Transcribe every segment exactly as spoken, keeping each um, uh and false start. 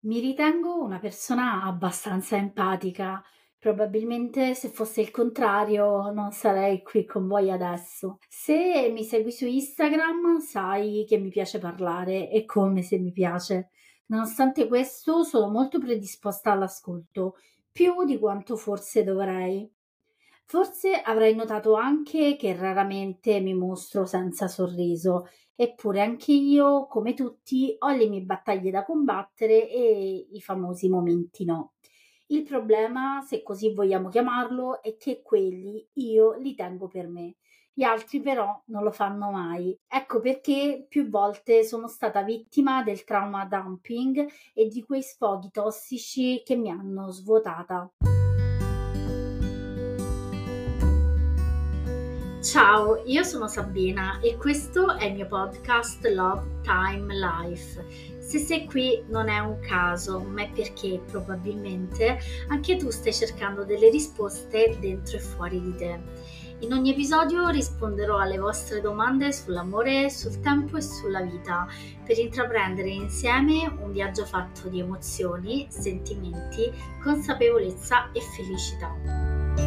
Mi ritengo una persona abbastanza empatica. Probabilmente se fosse il contrario non sarei qui con voi adesso. Se mi segui su Instagram sai che mi piace parlare e come se mi piace. Nonostante questo sono molto predisposta all'ascolto, più di quanto forse dovrei. Forse avrai notato anche che raramente mi mostro senza sorriso, eppure anche io, come tutti, ho le mie battaglie da combattere e i famosi momenti no. Il problema, se così vogliamo chiamarlo, è che quelli io li tengo per me. Gli altri però non lo fanno mai. Ecco perché più volte sono stata vittima del trauma dumping e di quei sfoghi tossici che mi hanno svuotata. Ciao, io sono Sabina e questo è il mio podcast Love Time Life. Se sei qui non è un caso, ma è perché probabilmente anche tu stai cercando delle risposte dentro e fuori di te. In ogni episodio risponderò alle vostre domande sull'amore, sul tempo e sulla vita, per intraprendere insieme un viaggio fatto di emozioni, sentimenti, consapevolezza e felicità.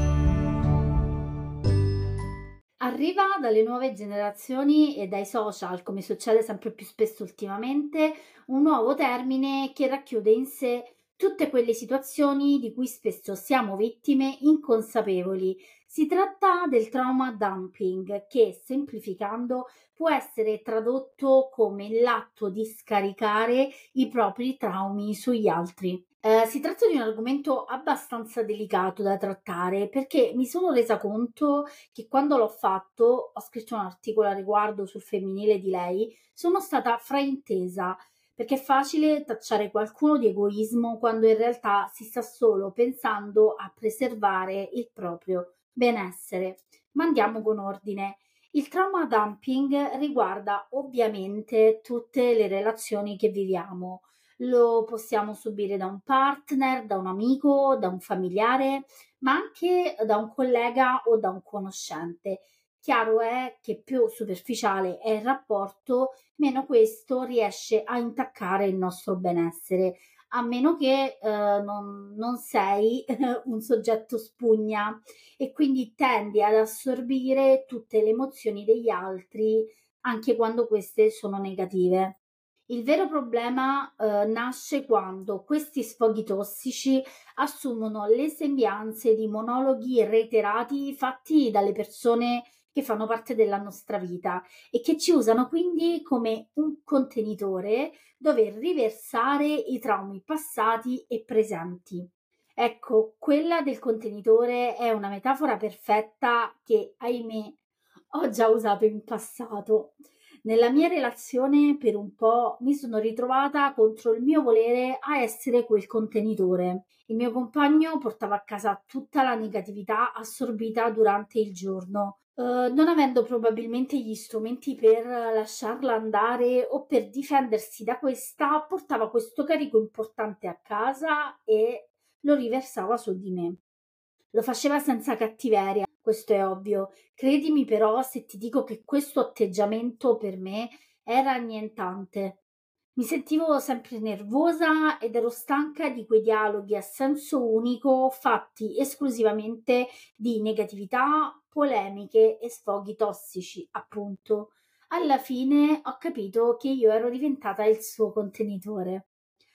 Arriva dalle nuove generazioni e dai social, come succede sempre più spesso ultimamente, un nuovo termine che racchiude in sé tutte quelle situazioni di cui spesso siamo vittime inconsapevoli. Si tratta del trauma dumping, che semplificando può essere tradotto come l'atto di scaricare i propri traumi sugli altri. Eh, si tratta di un argomento abbastanza delicato da trattare perché mi sono resa conto che quando l'ho fatto, ho scritto un articolo a riguardo sul femminile di lei, sono stata fraintesa, perché è facile tacciare qualcuno di egoismo quando in realtà si sta solo pensando a preservare il proprio benessere. Ma andiamo con ordine. Il trauma dumping riguarda ovviamente tutte le relazioni che viviamo. Lo possiamo subire da un partner, da un amico, da un familiare, ma anche da un collega o da un conoscente. Chiaro è che più superficiale è il rapporto, meno questo riesce a intaccare il nostro benessere, a meno che eh, non, non sei un soggetto spugna e quindi tendi ad assorbire tutte le emozioni degli altri, anche quando queste sono negative. Il vero problema eh, nasce quando questi sfoghi tossici assumono le sembianze di monologhi reiterati fatti dalle persone che fanno parte della nostra vita e che ci usano quindi come un contenitore dove riversare i traumi passati e presenti. Ecco, quella del contenitore è una metafora perfetta che, ahimè, ho già usato in passato. Nella mia relazione per un po' mi sono ritrovata contro il mio volere a essere quel contenitore. Il mio compagno portava a casa tutta la negatività assorbita durante il giorno, eh, non avendo probabilmente gli strumenti per lasciarla andare o per difendersi da questa, portava questo carico importante a casa e lo riversava su di me. Lo faceva senza cattiveria, questo è ovvio. Credimi però se ti dico che questo atteggiamento per me era annientante. Mi sentivo sempre nervosa ed ero stanca di quei dialoghi a senso unico fatti esclusivamente di negatività, polemiche e sfoghi tossici, appunto. Alla fine ho capito che io ero diventata il suo contenitore.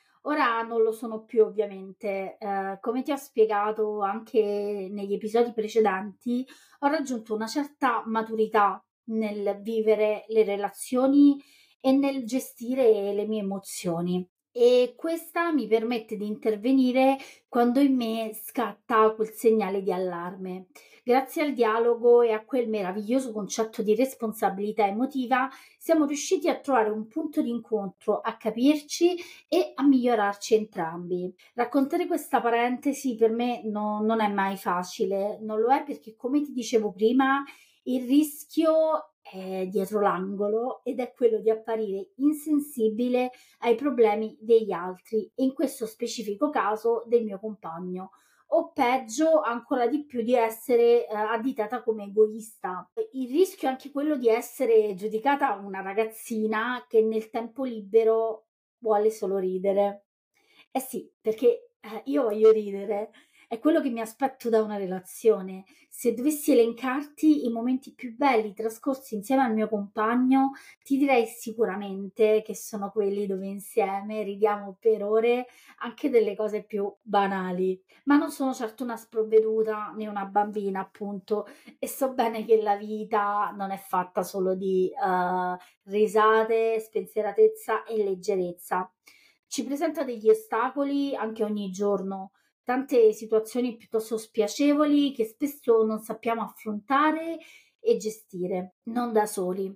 Ora non lo sono più ovviamente. Ehm, come ti ho spiegato anche negli episodi precedenti, ho raggiunto una certa maturità nel vivere le relazioni e nel gestire le mie emozioni. E questa mi permette di intervenire quando in me scatta quel segnale di allarme. Grazie al dialogo e a quel meraviglioso concetto di responsabilità emotiva, siamo riusciti a trovare un punto di incontro, a capirci e a migliorarci entrambi. Raccontare questa parentesi per me no- non è mai facile, non lo è perché, come ti dicevo prima, il rischio è dietro l'angolo ed è quello di apparire insensibile ai problemi degli altri e in questo specifico caso del mio compagno. O peggio ancora di più di essere eh, additata come egoista. Il rischio è anche quello di essere giudicata una ragazzina che nel tempo libero vuole solo ridere. Eh sì, perché, eh, io voglio ridere, è quello che mi aspetto da una relazione. Se dovessi elencarti i momenti più belli trascorsi insieme al mio compagno, ti direi sicuramente che sono quelli dove insieme ridiamo per ore anche delle cose più banali. Ma non sono certo una sprovveduta né una bambina, appunto, e so bene che la vita non è fatta solo di eh, risate, spensieratezza e leggerezza. Ci presenta degli ostacoli anche ogni giorno, tante situazioni piuttosto spiacevoli che spesso non sappiamo affrontare e gestire, non da soli.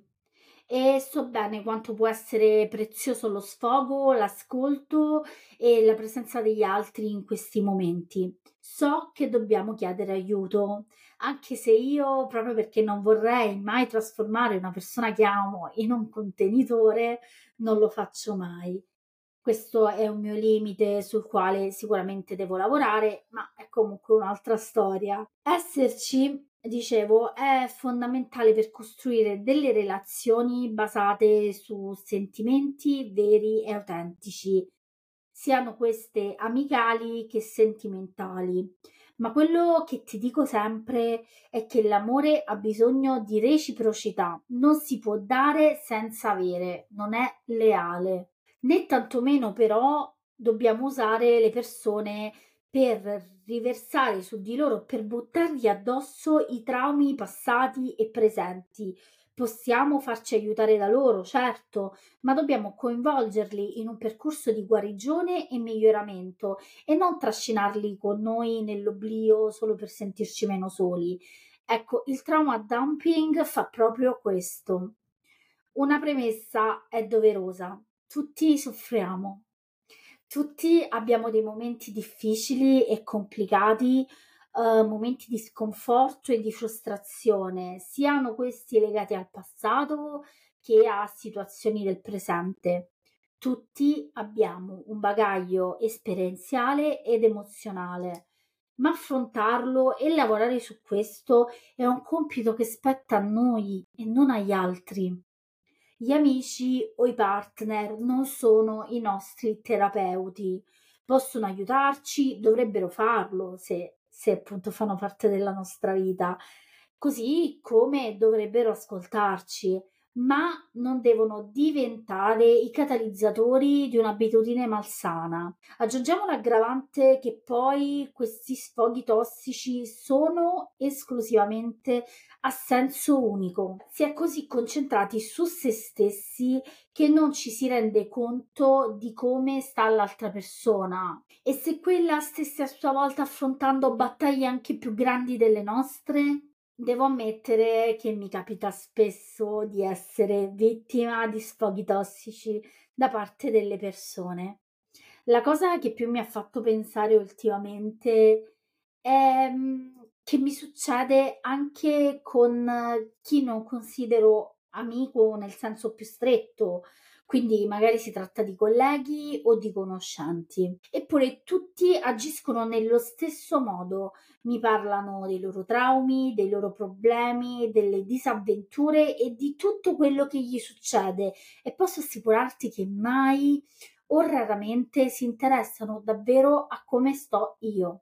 E so bene quanto può essere prezioso lo sfogo, l'ascolto e la presenza degli altri in questi momenti. So che dobbiamo chiedere aiuto, anche se io, proprio perché non vorrei mai trasformare una persona che amo in un contenitore, non lo faccio mai. Questo è un mio limite sul quale sicuramente devo lavorare, ma è comunque un'altra storia. Esserci, dicevo, è fondamentale per costruire delle relazioni basate su sentimenti veri e autentici, siano queste amicali che sentimentali. Ma quello che ti dico sempre è che l'amore ha bisogno di reciprocità, non si può dare senza avere, non è leale. Né tantomeno però dobbiamo usare le persone per riversare su di loro, per buttargli addosso i traumi passati e presenti. Possiamo farci aiutare da loro, certo, ma dobbiamo coinvolgerli in un percorso di guarigione e miglioramento e non trascinarli con noi nell'oblio solo per sentirci meno soli. Ecco, il trauma dumping fa proprio questo. Una premessa è doverosa. Tutti soffriamo, tutti abbiamo dei momenti difficili e complicati, uhm, momenti di sconforto e di frustrazione, siano questi legati al passato che a situazioni del presente. Tutti abbiamo un bagaglio esperienziale ed emozionale, ma affrontarlo e lavorare su questo è un compito che spetta a noi e non agli altri. Gli amici o i partner non sono i nostri terapeuti. Possono aiutarci, dovrebbero farlo se, se appunto fanno parte della nostra vita, così come dovrebbero ascoltarci, ma non devono diventare i catalizzatori di un'abitudine malsana. Aggiungiamo l'aggravante che poi questi sfoghi tossici sono esclusivamente a senso unico. Si è così concentrati su se stessi che non ci si rende conto di come sta l'altra persona e se quella stesse a sua volta affrontando battaglie anche più grandi delle nostre. Devo ammettere che mi capita spesso di essere vittima di sfoghi tossici da parte delle persone. La cosa che più mi ha fatto pensare ultimamente è, mhmm, che mi succede anche con chi non considero amico nel senso più stretto, quindi magari si tratta di colleghi o di conoscenti. Eppure tutti agiscono nello stesso modo, mi parlano dei loro traumi, dei loro problemi, delle disavventure e di tutto quello che gli succede e posso assicurarti che mai o raramente si interessano davvero a come sto io.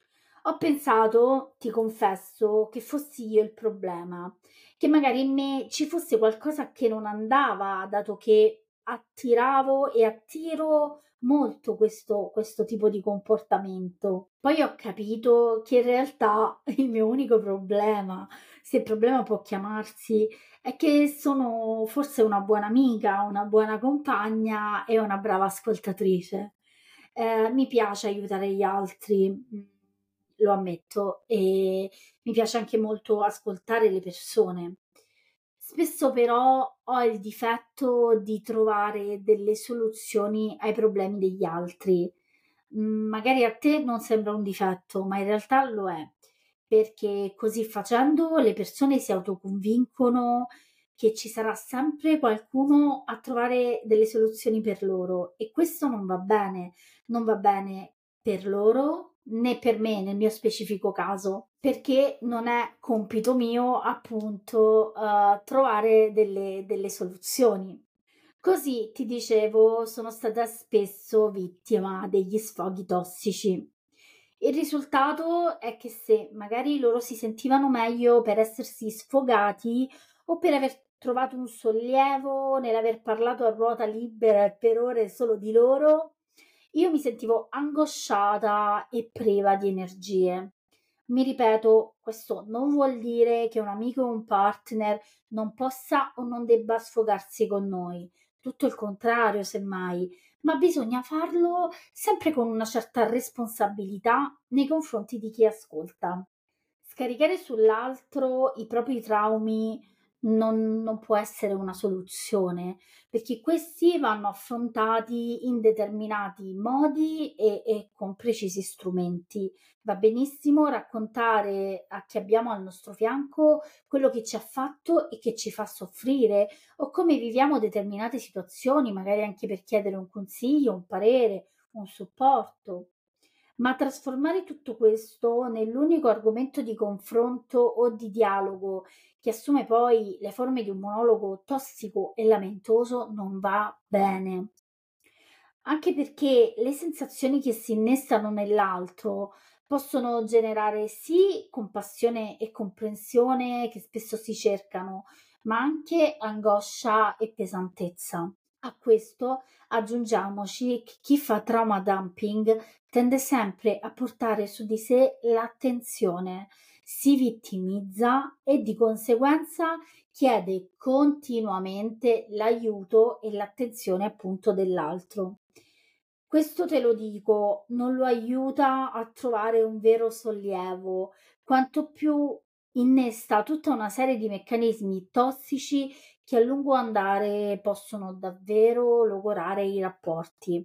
Ho pensato, ti confesso, che fossi io il problema, che magari in me ci fosse qualcosa che non andava, dato che attiravo e attiro molto questo, questo tipo di comportamento. Poi ho capito che in realtà il mio unico problema, se il problema può chiamarsi, è che sono forse una buona amica, una buona compagna e una brava ascoltatrice. Ehm, mi piace aiutare gli altri, mhmm, lo ammetto, e mi piace anche molto ascoltare le persone. Spesso però ho il difetto di trovare delle soluzioni ai problemi degli altri. Mhmm, magari a te non sembra un difetto, ma in realtà lo è, perché così facendo le persone si autoconvincono che ci sarà sempre qualcuno a trovare delle soluzioni per loro e questo non va bene. Non va bene per loro né per me nel mio specifico caso, perché non è compito mio appunto, uhm, trovare delle delle soluzioni. Così, ti dicevo, sono stata spesso vittima degli sfoghi tossici. Il risultato è che se magari loro si sentivano meglio per essersi sfogati o per aver trovato un sollievo nell'aver parlato a ruota libera e per ore solo di loro, io mi sentivo angosciata e priva di energie. Mi ripeto, questo non vuol dire che un amico o un partner non possa o non debba sfogarsi con noi, tutto il contrario, semmai, ma bisogna farlo sempre con una certa responsabilità nei confronti di chi ascolta. Scaricare sull'altro i propri traumi non, non può essere una soluzione, perché questi vanno affrontati in determinati modi e, e con precisi strumenti. Va benissimo raccontare a chi abbiamo al nostro fianco quello che ci ha fatto e che ci fa soffrire, o come viviamo determinate situazioni, magari anche per chiedere un consiglio, un parere, un supporto. Ma trasformare tutto questo nell'unico argomento di confronto o di dialogo che assume poi le forme di un monologo tossico e lamentoso non va bene. Anche perché le sensazioni che si innestano nell'altro possono generare sì compassione e comprensione che spesso si cercano, ma anche angoscia e pesantezza. A questo aggiungiamoci che chi fa trauma dumping tende sempre a portare su di sé l'attenzione, si vittimizza e di conseguenza chiede continuamente l'aiuto e l'attenzione appunto dell'altro. Questo te lo dico, non lo aiuta a trovare un vero sollievo, quanto più innesta tutta una serie di meccanismi tossici che a lungo andare possono davvero logorare i rapporti.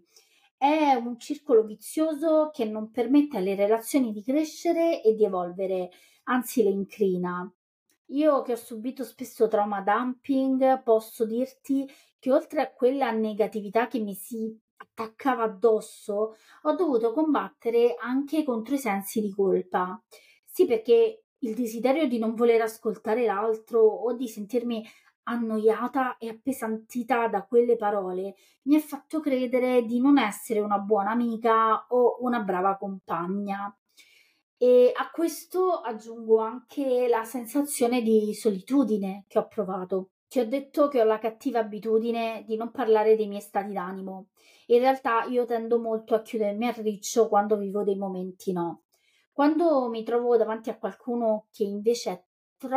È un circolo vizioso che non permette alle relazioni di crescere e di evolvere, anzi le incrina. Io che ho subito spesso trauma dumping, posso dirti che oltre a quella negatività che mi si attaccava addosso, ho dovuto combattere anche contro i sensi di colpa. Sì, perché il desiderio di non voler ascoltare l'altro o di sentirmi annoiata e appesantita da quelle parole mi ha fatto credere di non essere una buona amica o una brava compagna. E a questo aggiungo anche la sensazione di solitudine che ho provato. Ti ho detto che ho la cattiva abitudine di non parlare dei miei stati d'animo. In realtà io tendo molto a chiudermi a riccio quando vivo dei momenti no. Quando mi trovo davanti a qualcuno che invece è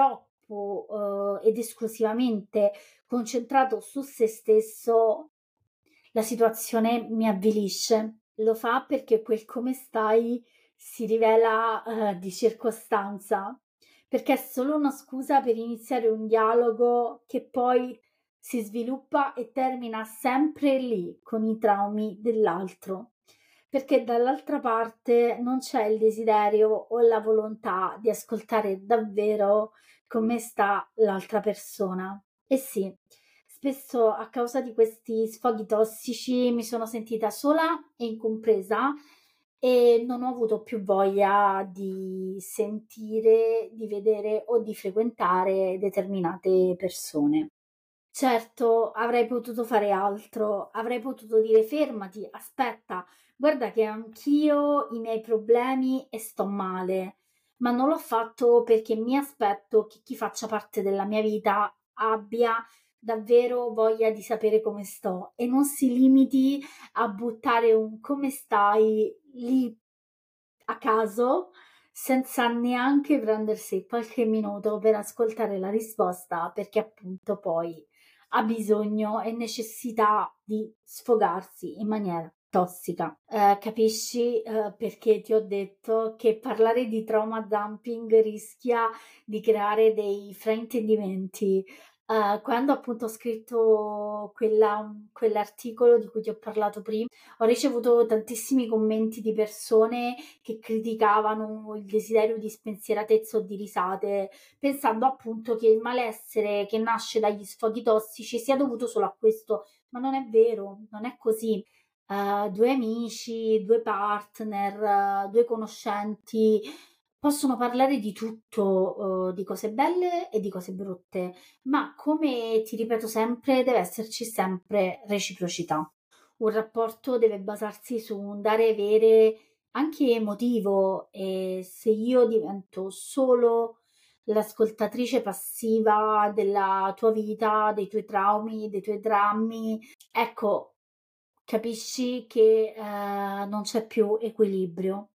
troppo eh, ed esclusivamente concentrato su se stesso, la situazione mi avvilisce. Lo fa perché quel come stai si rivela, ehm, di circostanza, perché è solo una scusa per iniziare un dialogo che poi si sviluppa e termina sempre lì, con i traumi dell'altro, perché dall'altra parte non c'è il desiderio o la volontà di ascoltare davvero come sta l'altra persona. E sì, spesso a causa di questi sfoghi tossici mi sono sentita sola e incompresa e non ho avuto più voglia di sentire, di vedere o di frequentare determinate persone. Certo, avrei potuto fare altro, avrei potuto dire fermati, aspetta, guarda che anch'io ho i miei problemi e sto male, ma non l'ho fatto perché mi aspetto che chi faccia parte della mia vita abbia davvero voglia di sapere come sto e non si limiti a buttare un come stai lì a caso senza neanche prendersi qualche minuto per ascoltare la risposta perché appunto poi ha bisogno e necessità di sfogarsi in maniera tossica. Eh, capisci, eh, perché ti ho detto che parlare di trauma dumping rischia di creare dei fraintendimenti. Eh, quando appunto ho scritto quella- quell'articolo di cui ti ho parlato prima, ho ricevuto tantissimi commenti di persone che criticavano il desiderio di spensieratezza o di risate, pensando appunto che il malessere che nasce dagli sfoghi tossici sia dovuto solo a questo, ma non è vero, non è così. Eh, due amici, due partner, eh, due conoscenti Possono parlare di tutto, uhm, di cose belle e di cose brutte, ma come ti ripeto sempre, deve esserci sempre reciprocità. Un rapporto deve basarsi su un dare e avere anche emotivo e se io divento solo l'ascoltatrice passiva della tua vita, dei tuoi traumi, dei tuoi drammi, ecco, capisci che, ehm, non c'è più equilibrio.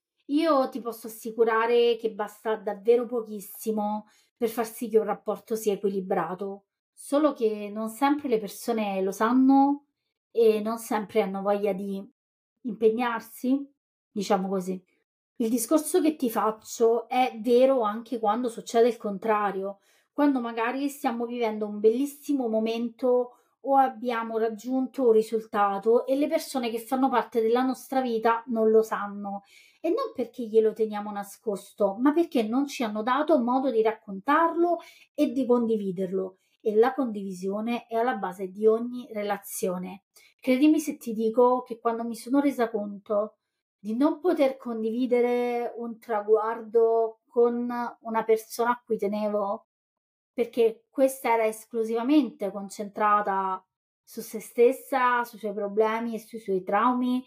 Io ti posso assicurare che basta davvero pochissimo per far sì che un rapporto sia equilibrato, solo che non sempre le persone lo sanno e non sempre hanno voglia di impegnarsi, diciamo così. Il discorso che ti faccio è vero anche quando succede il contrario, quando magari stiamo vivendo un bellissimo momento o abbiamo raggiunto un risultato e le persone che fanno parte della nostra vita non lo sanno. E non perché glielo teniamo nascosto, ma perché non ci hanno dato modo di raccontarlo e di condividerlo. E la condivisione è alla base di ogni relazione. Credimi se ti dico che quando mi sono resa conto di non poter condividere un traguardo con una persona a cui tenevo, perché questa era esclusivamente concentrata su se stessa, sui suoi problemi e sui suoi traumi,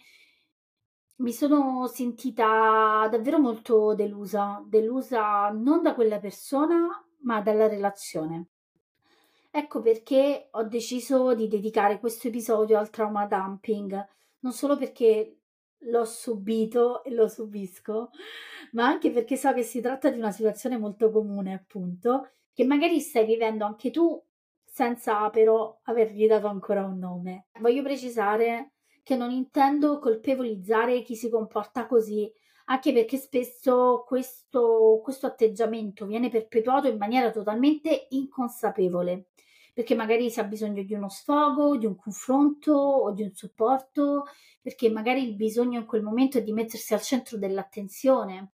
mi sono sentita davvero molto delusa, delusa non da quella persona, ma dalla relazione. Ecco perché ho deciso di dedicare questo episodio al trauma dumping, non solo perché l'ho subito e lo subisco, ma anche perché so che si tratta di una situazione molto comune, appunto, che magari stai vivendo anche tu senza però avergli dato ancora un nome. Voglio precisare che non intendo colpevolizzare chi si comporta così, anche perché spesso questo, questo atteggiamento viene perpetuato in maniera totalmente inconsapevole, perché magari si ha bisogno di uno sfogo, di un confronto o di un supporto, perché magari il bisogno in quel momento è di mettersi al centro dell'attenzione.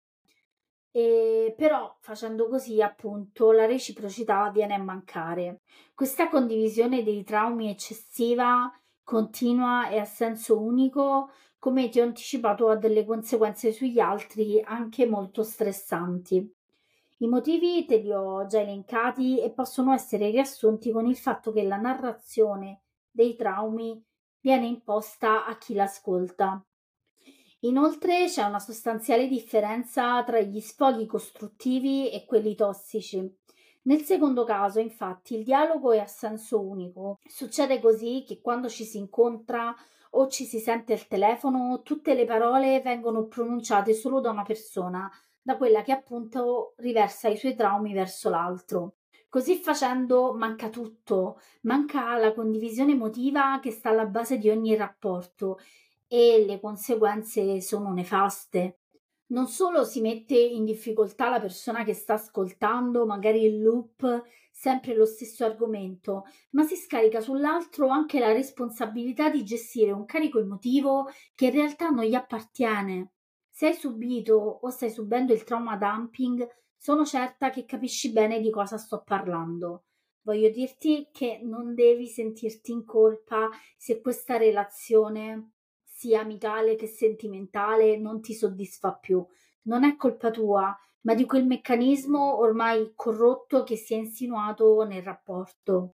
E però facendo così, appunto, la reciprocità viene a mancare. Questa condivisione dei traumi eccessiva, continua e a senso unico, come ti ho anticipato, ha delle conseguenze sugli altri anche molto stressanti. I motivi te li ho già elencati e possono essere riassunti con il fatto che la narrazione dei traumi viene imposta a chi l'ascolta. Inoltre c'è una sostanziale differenza tra gli sfoghi costruttivi e quelli tossici. Nel secondo caso, infatti, il dialogo è a senso unico. Succede così che quando ci si incontra o ci si sente al telefono, tutte le parole vengono pronunciate solo da una persona, da quella che appunto riversa i suoi traumi verso l'altro. Così facendo manca tutto, manca la condivisione emotiva che sta alla base di ogni rapporto e le conseguenze sono nefaste. Non solo si mette in difficoltà la persona che sta ascoltando, magari in loop, sempre lo stesso argomento, ma si scarica sull'altro anche la responsabilità di gestire un carico emotivo che in realtà non gli appartiene. Se hai subito o stai subendo il trauma dumping, sono certa che capisci bene di cosa sto parlando. Voglio dirti che non devi sentirti in colpa se questa relazione, sia amicale che sentimentale, non ti soddisfa più. Non è colpa tua, ma di quel meccanismo ormai corrotto che si è insinuato nel rapporto.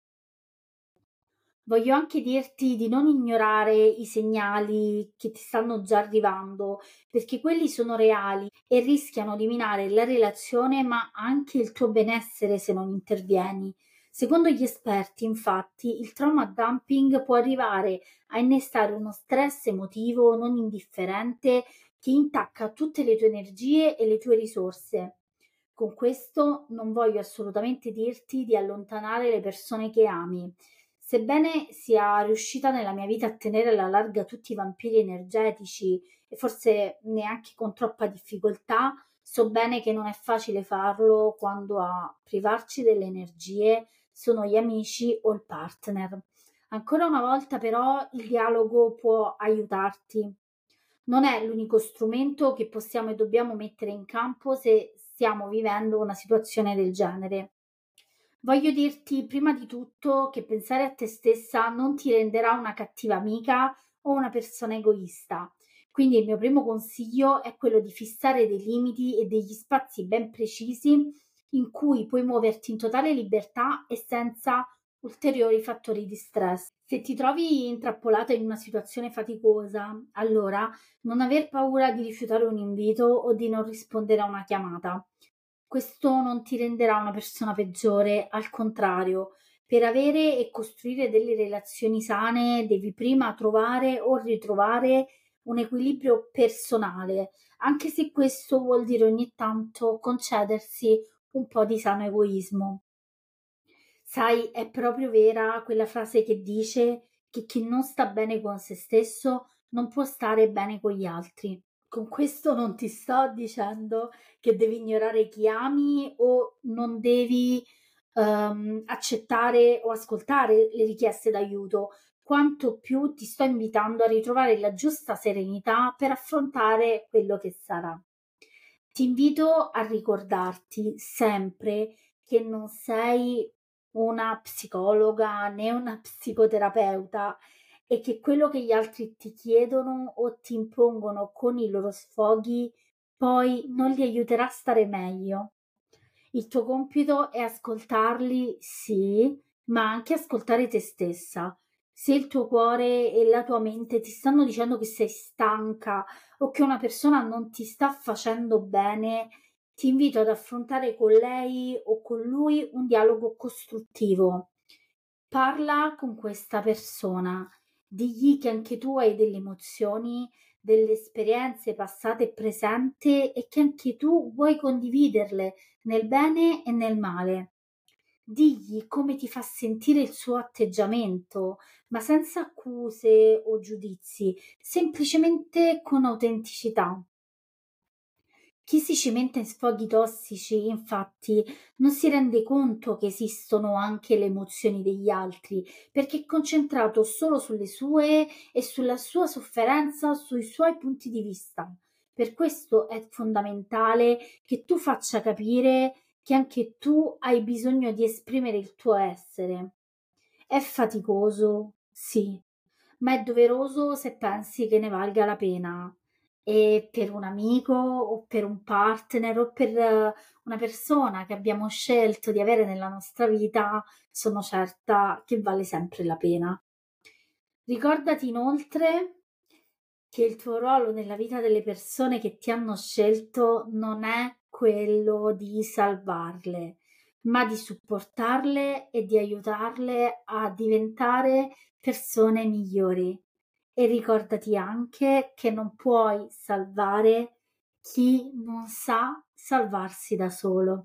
Voglio anche dirti di non ignorare i segnali che ti stanno già arrivando, perché quelli sono reali e rischiano di minare la relazione, ma anche il tuo benessere se non intervieni. Secondo gli esperti, infatti, il trauma dumping può arrivare a innestare uno stress emotivo non indifferente che intacca tutte le tue energie e le tue risorse. Con questo non voglio assolutamente dirti di allontanare le persone che ami. Sebbene sia riuscita nella mia vita a tenere alla larga tutti i vampiri energetici e forse neanche con troppa difficoltà, so bene che non è facile farlo quando a privarci delle energie sono gli amici o il partner. Ancora una volta però il dialogo può aiutarti. Non è l'unico strumento che possiamo e dobbiamo mettere in campo se stiamo vivendo una situazione del genere. Voglio dirti prima di tutto che pensare a te stessa non ti renderà una cattiva amica o una persona egoista. Quindi il mio primo consiglio è quello di fissare dei limiti e degli spazi ben precisi in cui puoi muoverti in totale libertà e senza ulteriori fattori di stress. Se ti trovi intrappolata in una situazione faticosa, allora non aver paura di rifiutare un invito o di non rispondere a una chiamata. Questo non ti renderà una persona peggiore, al contrario, per avere e costruire delle relazioni sane devi prima trovare o ritrovare un equilibrio personale, anche se questo vuol dire ogni tanto concedersi un po' di sano egoismo. Sai, è proprio vera quella frase che dice che chi non sta bene con se stesso non può stare bene con gli altri. Con questo non ti sto dicendo che devi ignorare chi ami o non devi ehm, accettare o ascoltare le richieste d'aiuto, quanto più ti sto invitando a ritrovare la giusta serenità per affrontare quello che sarà. Ti invito a ricordarti sempre che non sei una psicologa né una psicoterapeuta e che quello che gli altri ti chiedono o ti impongono con i loro sfoghi poi non li aiuterà a stare meglio. Il tuo compito è ascoltarli, sì, ma anche ascoltare te stessa. Se il tuo cuore e la tua mente ti stanno dicendo che sei stanca o che una persona non ti sta facendo bene, ti invito ad affrontare con lei o con lui un dialogo costruttivo. Parla con questa persona, digli che anche tu hai delle emozioni, delle esperienze passate e presenti e che anche tu vuoi condividerle nel bene e nel male. Digli come ti fa sentire il suo atteggiamento, ma senza accuse o giudizi, semplicemente con autenticità. Chi si cimenta in sfoghi tossici, infatti, non si rende conto che esistono anche le emozioni degli altri, perché è concentrato solo sulle sue e sulla sua sofferenza, sui suoi punti di vista. Per questo è fondamentale che tu faccia capire che anche tu hai bisogno di esprimere il tuo essere. È faticoso, sì, ma è doveroso se pensi che ne valga la pena. E per un amico o per un partner o per eh, una persona che abbiamo scelto di avere nella nostra vita, sono certa che vale sempre la pena. Ricordati inoltre che il tuo ruolo nella vita delle persone che ti hanno scelto non è quello di salvarle, ma di supportarle e di aiutarle a diventare persone migliori. E ricordati anche che non puoi salvare chi non sa salvarsi da solo.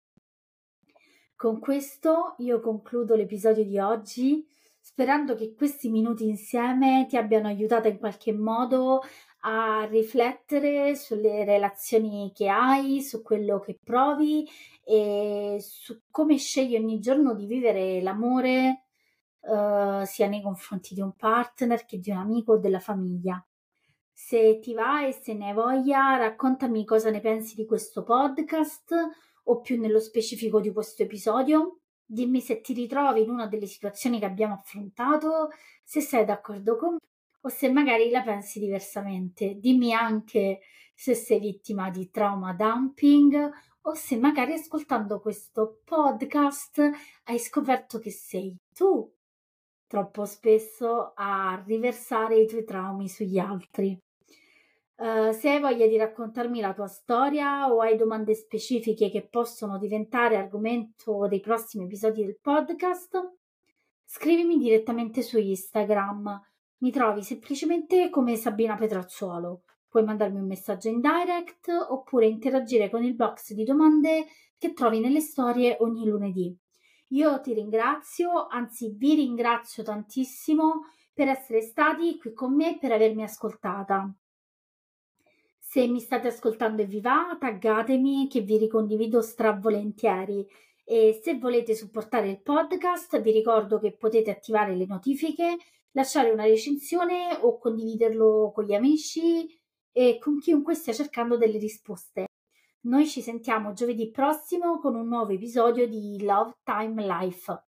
Con questo io concludo l'episodio di oggi, sperando che questi minuti insieme ti abbiano aiutata in qualche modo a riflettere sulle relazioni che hai, su quello che provi e su come scegli ogni giorno di vivere l'amore, eh, sia nei confronti di un partner che di un amico o della famiglia. Se ti va e se ne hai voglia, raccontami cosa ne pensi di questo podcast o più nello specifico di questo episodio. Dimmi se ti ritrovi in una delle situazioni che abbiamo affrontato, se sei d'accordo con me o se magari la pensi diversamente. Dimmi anche se sei vittima di trauma dumping o se magari ascoltando questo podcast hai scoperto che sei tu troppo spesso a riversare i tuoi traumi sugli altri. Uh, se hai voglia di raccontarmi la tua storia o hai domande specifiche che possono diventare argomento dei prossimi episodi del podcast, scrivimi direttamente su Instagram. Mi trovi semplicemente come Sabina Petracciuolo. Puoi mandarmi un messaggio in direct oppure interagire con il box di domande che trovi nelle storie ogni lunedì. Io ti ringrazio, anzi vi ringrazio tantissimo per essere stati qui con me e per avermi ascoltata. Se mi state ascoltando e vi va, taggatemi che vi ricondivido stravolentieri. E se volete supportare il podcast, vi ricordo che potete attivare le notifiche, lasciare una recensione o condividerlo con gli amici e con chiunque stia cercando delle risposte. Noi ci sentiamo giovedì prossimo con un nuovo episodio di Love Time Life.